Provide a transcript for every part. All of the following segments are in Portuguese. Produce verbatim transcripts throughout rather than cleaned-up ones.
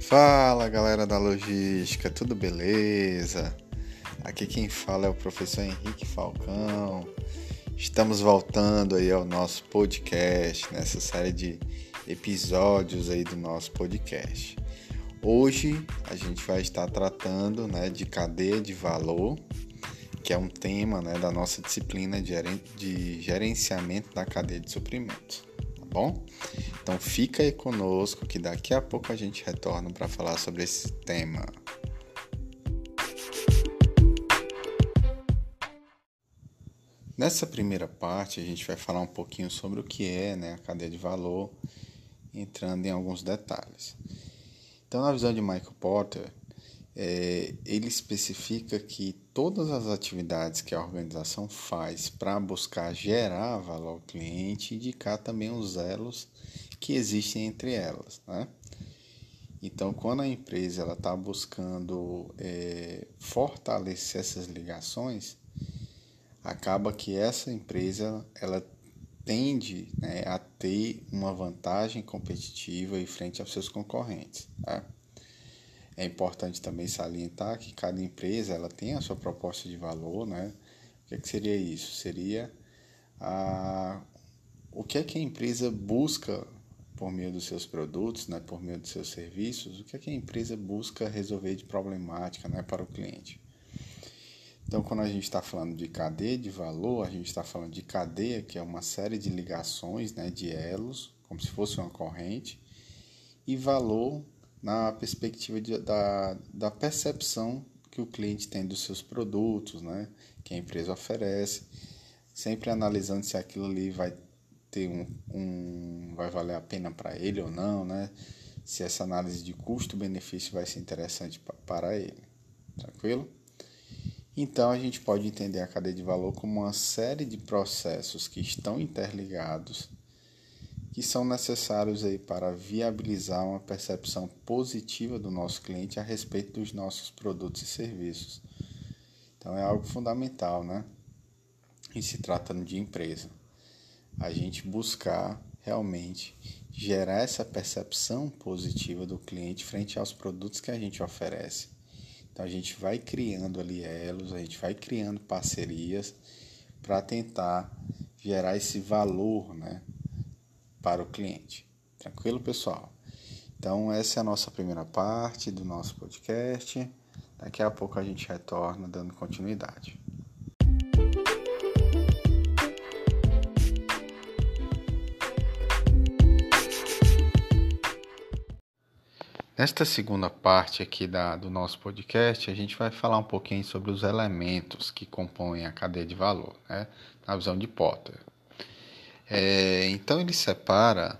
Fala galera da logística, tudo beleza? Aqui quem fala é o professor Henrique Falcão. Estamos voltando aí ao nosso podcast, nessa série de episódios aí do nosso podcast. Hoje a gente vai estar tratando, né, de cadeia de valor, que é um tema, né, da nossa disciplina de gerenciamento da cadeia de suprimentos. Bom? Então fica aí conosco que daqui a pouco a gente retorna para falar sobre esse tema. Nessa primeira parte a gente vai falar um pouquinho sobre o que é, né, a cadeia de valor, entrando em alguns detalhes. Então, na visão de Michael Porter, é, ele especifica que todas as atividades que a organização faz para buscar gerar valor ao cliente e indicar também os elos que existem entre elas, né? Então, quando a empresa está buscando é, fortalecer essas ligações, acaba que essa empresa ela tende, né, a ter uma vantagem competitiva em frente aos seus concorrentes, tá? É importante também salientar que cada empresa ela tem a sua proposta de valor, né? O que, é que seria isso? Seria a, o que é que a empresa busca por meio dos seus produtos, né? Por meio dos seus serviços, o que é que a empresa busca resolver de problemática, né, para o cliente. Então, quando a gente está falando de cadeia de valor, a gente está falando de cadeia, que é uma série de ligações, né, de elos, como se fosse uma corrente, e valor na perspectiva de, da, da percepção que o cliente tem dos seus produtos, né, que a empresa oferece, sempre analisando se aquilo ali vai ter um, um vai valer a pena para ele ou não, né, se essa análise de custo-benefício vai ser interessante para ele, tranquilo? Então a gente pode entender a cadeia de valor como uma série de processos que estão interligados, que são necessários aí para viabilizar uma percepção positiva do nosso cliente a respeito dos nossos produtos e serviços. Então é algo fundamental, né? E se tratando de empresa, a gente buscar realmente gerar essa percepção positiva do cliente frente aos produtos que a gente oferece. Então a gente vai criando ali elos, a gente vai criando parcerias para tentar gerar esse valor, né, para o cliente. Tranquilo, pessoal? Então, essa é a nossa primeira parte do nosso podcast. Daqui a pouco a gente retorna dando continuidade. Nesta segunda parte aqui da, do nosso podcast, a gente vai falar um pouquinho sobre os elementos que compõem a cadeia de valor, né, na visão de Porter. É, então, ele separa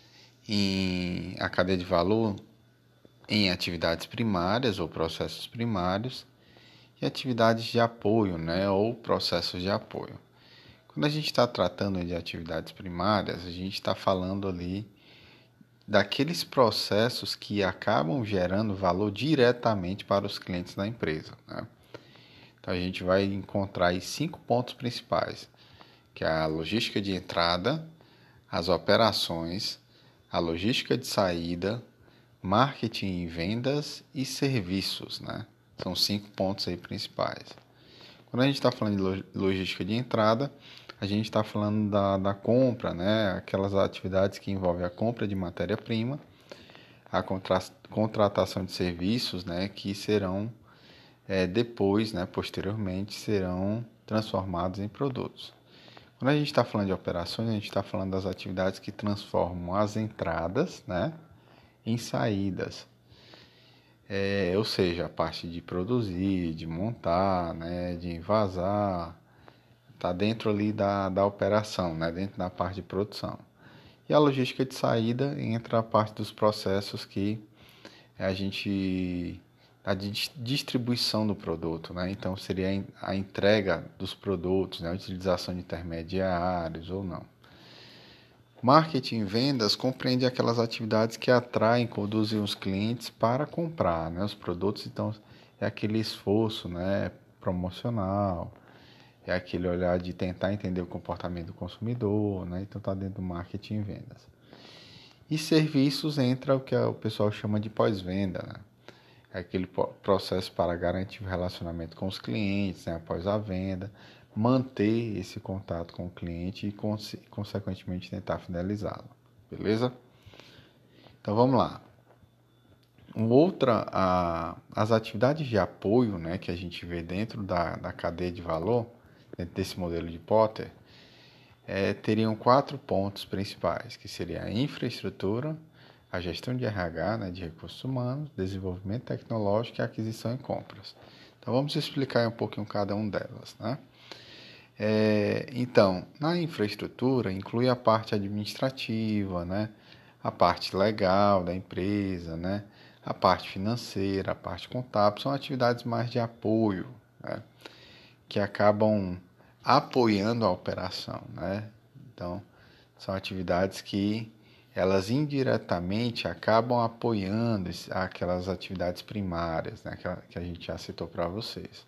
em a cadeia de valor em atividades primárias ou processos primários e atividades de apoio, né, ou processos de apoio. Quando a gente está tratando de atividades primárias, a gente está falando ali daqueles processos que acabam gerando valor diretamente para os clientes da empresa, né? Então a gente vai encontrar aí cinco pontos principais, que é a logística de entrada, as operações, a logística de saída, marketing e vendas e serviços, né? São cinco pontos aí principais. Quando a gente está falando de logística de entrada, a gente está falando da, da compra, né? Aquelas atividades que envolvem a compra de matéria-prima, a contra, contratação de serviços, né? Que serão é, depois, né? Posteriormente, serão transformados em produtos. Quando a gente está falando de operações, a gente está falando das atividades que transformam as entradas, né, em saídas. É, ou seja, a parte de produzir, de montar, né, de envasar, está dentro ali da, da operação, né, dentro da parte de produção. E a logística de saída entra a parte dos processos que a gente a distribuição do produto, né? Então seria a entrega dos produtos, né? A utilização de intermediários ou não. Marketing e vendas compreende aquelas atividades que atraem, conduzem os clientes para comprar, né, os produtos. Então é aquele esforço, né, promocional, é aquele olhar de tentar entender o comportamento do consumidor, né? Então está dentro do marketing e vendas. E serviços entra o que o pessoal chama de pós-venda, né? É aquele processo para garantir o relacionamento com os clientes, né, após a venda, manter esse contato com o cliente e, consequentemente, tentar fidelizá-lo. Beleza? Então, vamos lá. Outra, a, as atividades de apoio, né, que a gente vê dentro da, da cadeia de valor, dentro desse modelo de Porter, é, teriam quatro pontos principais, que seria a infraestrutura, a gestão de R H, né, de recursos humanos, desenvolvimento tecnológico e aquisição e compras. Então vamos explicar um pouquinho cada um delas, né? É, então, na infraestrutura inclui a parte administrativa, né, a parte legal da empresa, né, a parte financeira, a parte contábil, são atividades mais de apoio, né, que acabam apoiando a operação, né? Então, são atividades que elas indiretamente acabam apoiando aquelas atividades primárias, né, que a gente já citou para vocês.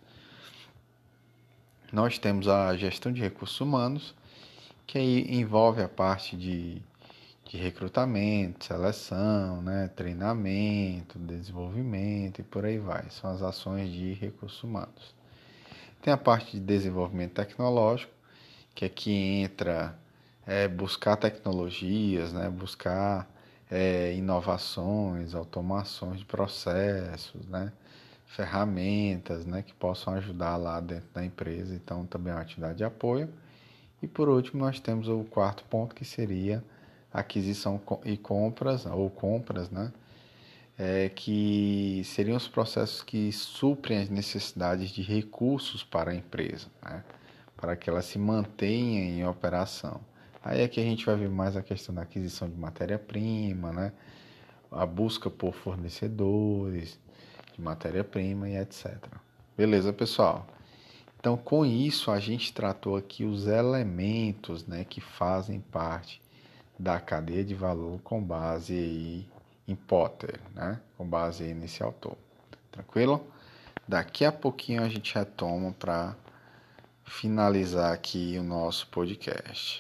Nós temos a gestão de recursos humanos, que aí envolve a parte de, de recrutamento, seleção, né, treinamento, desenvolvimento e por aí vai. São as ações de recursos humanos. Tem a parte de desenvolvimento tecnológico, que aqui entra é, buscar tecnologias, né, buscar é, inovações, automações de processos, né, ferramentas, né, que possam ajudar lá dentro da empresa. Então, também é uma atividade de apoio. E por último, nós temos o quarto ponto, que seria aquisição e compras, ou compras, né, é, que seriam os processos que suprem as necessidades de recursos para a empresa, né, para que ela se mantenha em operação. Aí é que a gente vai ver mais a questão da aquisição de matéria-prima, né, a busca por fornecedores de matéria-prima e etcétera. Beleza, pessoal? Então, com isso, a gente tratou aqui os elementos, né, que fazem parte da cadeia de valor com base aí em Porter, né, com base aí nesse autor. Tranquilo? Daqui a pouquinho a gente retoma para finalizar aqui o nosso podcast.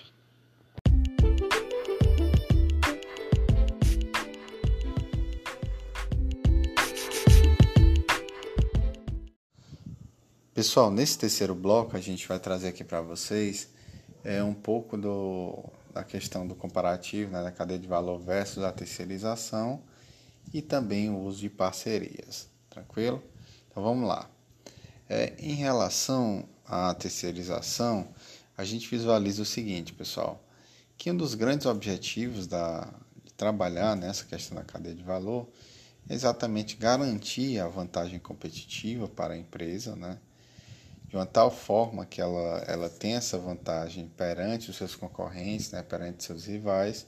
Pessoal, nesse terceiro bloco a gente vai trazer aqui para vocês é, um pouco do, da questão do comparativo, né, da cadeia de valor versus a terceirização e também o uso de parcerias. Tranquilo? Então vamos lá. É, em relação à terceirização, a gente visualiza o seguinte, pessoal, que um dos grandes objetivos da, de trabalhar nessa questão da cadeia de valor é exatamente garantir a vantagem competitiva para a empresa, né? De uma tal forma que ela, ela tem essa vantagem perante os seus concorrentes, né? Perante seus rivais,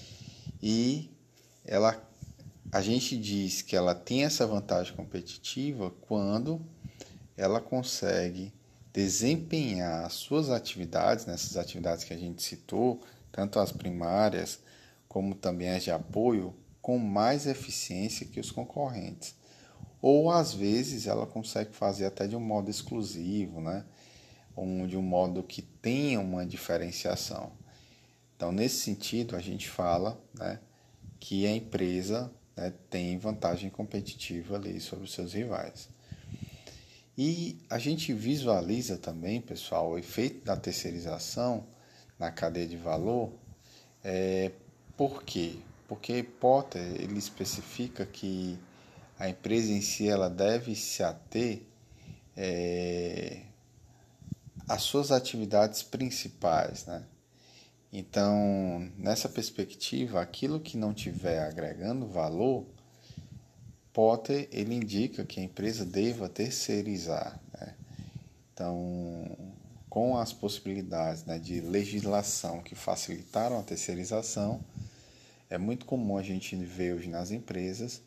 e ela, a gente diz que ela tem essa vantagem competitiva quando ela consegue desempenhar as suas atividades, nessas atividades que a gente citou, tanto as primárias como também as de apoio, com mais eficiência que os concorrentes. Ou às vezes ela consegue fazer até de um modo exclusivo, né? Ou de um modo que tenha uma diferenciação. Então, nesse sentido, a gente fala, né, que a empresa, né, tem vantagem competitiva ali sobre os seus rivais. E a gente visualiza também, pessoal, o efeito da terceirização na cadeia de valor. É, por quê? Porque Porter ele especifica que a empresa em si ela deve se ater é, às suas atividades principais, né? Então, nessa perspectiva, aquilo que não tiver agregando valor, Porter ele indica que a empresa deva terceirizar, né? Então, com as possibilidades, né, de legislação que facilitaram a terceirização, é muito comum a gente ver hoje nas empresas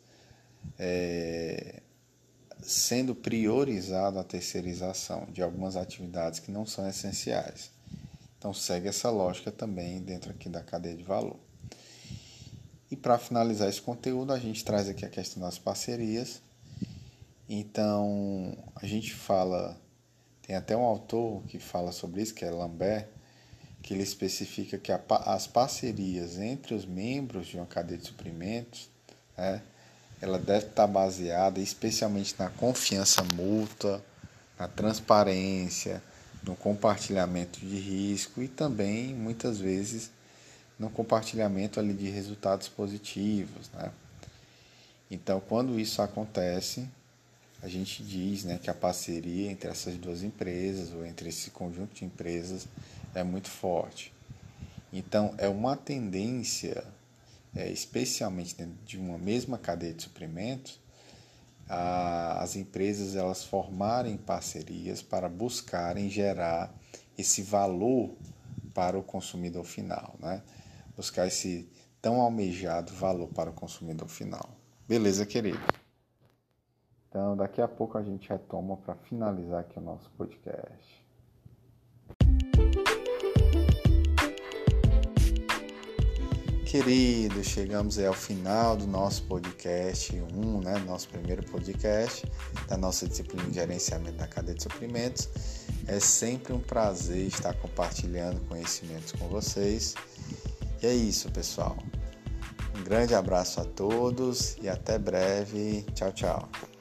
é, sendo priorizada a terceirização de algumas atividades que não são essenciais. Então, segue essa lógica também dentro aqui da cadeia de valor. E para finalizar esse conteúdo, a gente traz aqui a questão das parcerias. Então, a gente fala, tem até um autor que fala sobre isso, que é Lambert, que ele especifica que a, as parcerias entre os membros de uma cadeia de suprimentos, né, ela deve estar baseada especialmente na confiança mútua, na transparência, no compartilhamento de risco e também, muitas vezes, no compartilhamento ali de resultados positivos, né? Então, quando isso acontece, a gente diz, né, que a parceria entre essas duas empresas ou entre esse conjunto de empresas é muito forte. Então, é uma tendência, é, especialmente dentro de uma mesma cadeia de suprimentos, a, as empresas elas formarem parcerias para buscarem gerar esse valor para o consumidor final, né? Buscar esse tão almejado valor para o consumidor final. Beleza, querido? Então, daqui a pouco a gente retoma para finalizar aqui o nosso podcast. Queridos, chegamos aí ao final do nosso podcast um, né? Nosso primeiro podcast da nossa disciplina de gerenciamento da cadeia de suprimentos. É sempre um prazer estar compartilhando conhecimentos com vocês. E é isso, pessoal. Um grande abraço a todos e até breve. Tchau, tchau.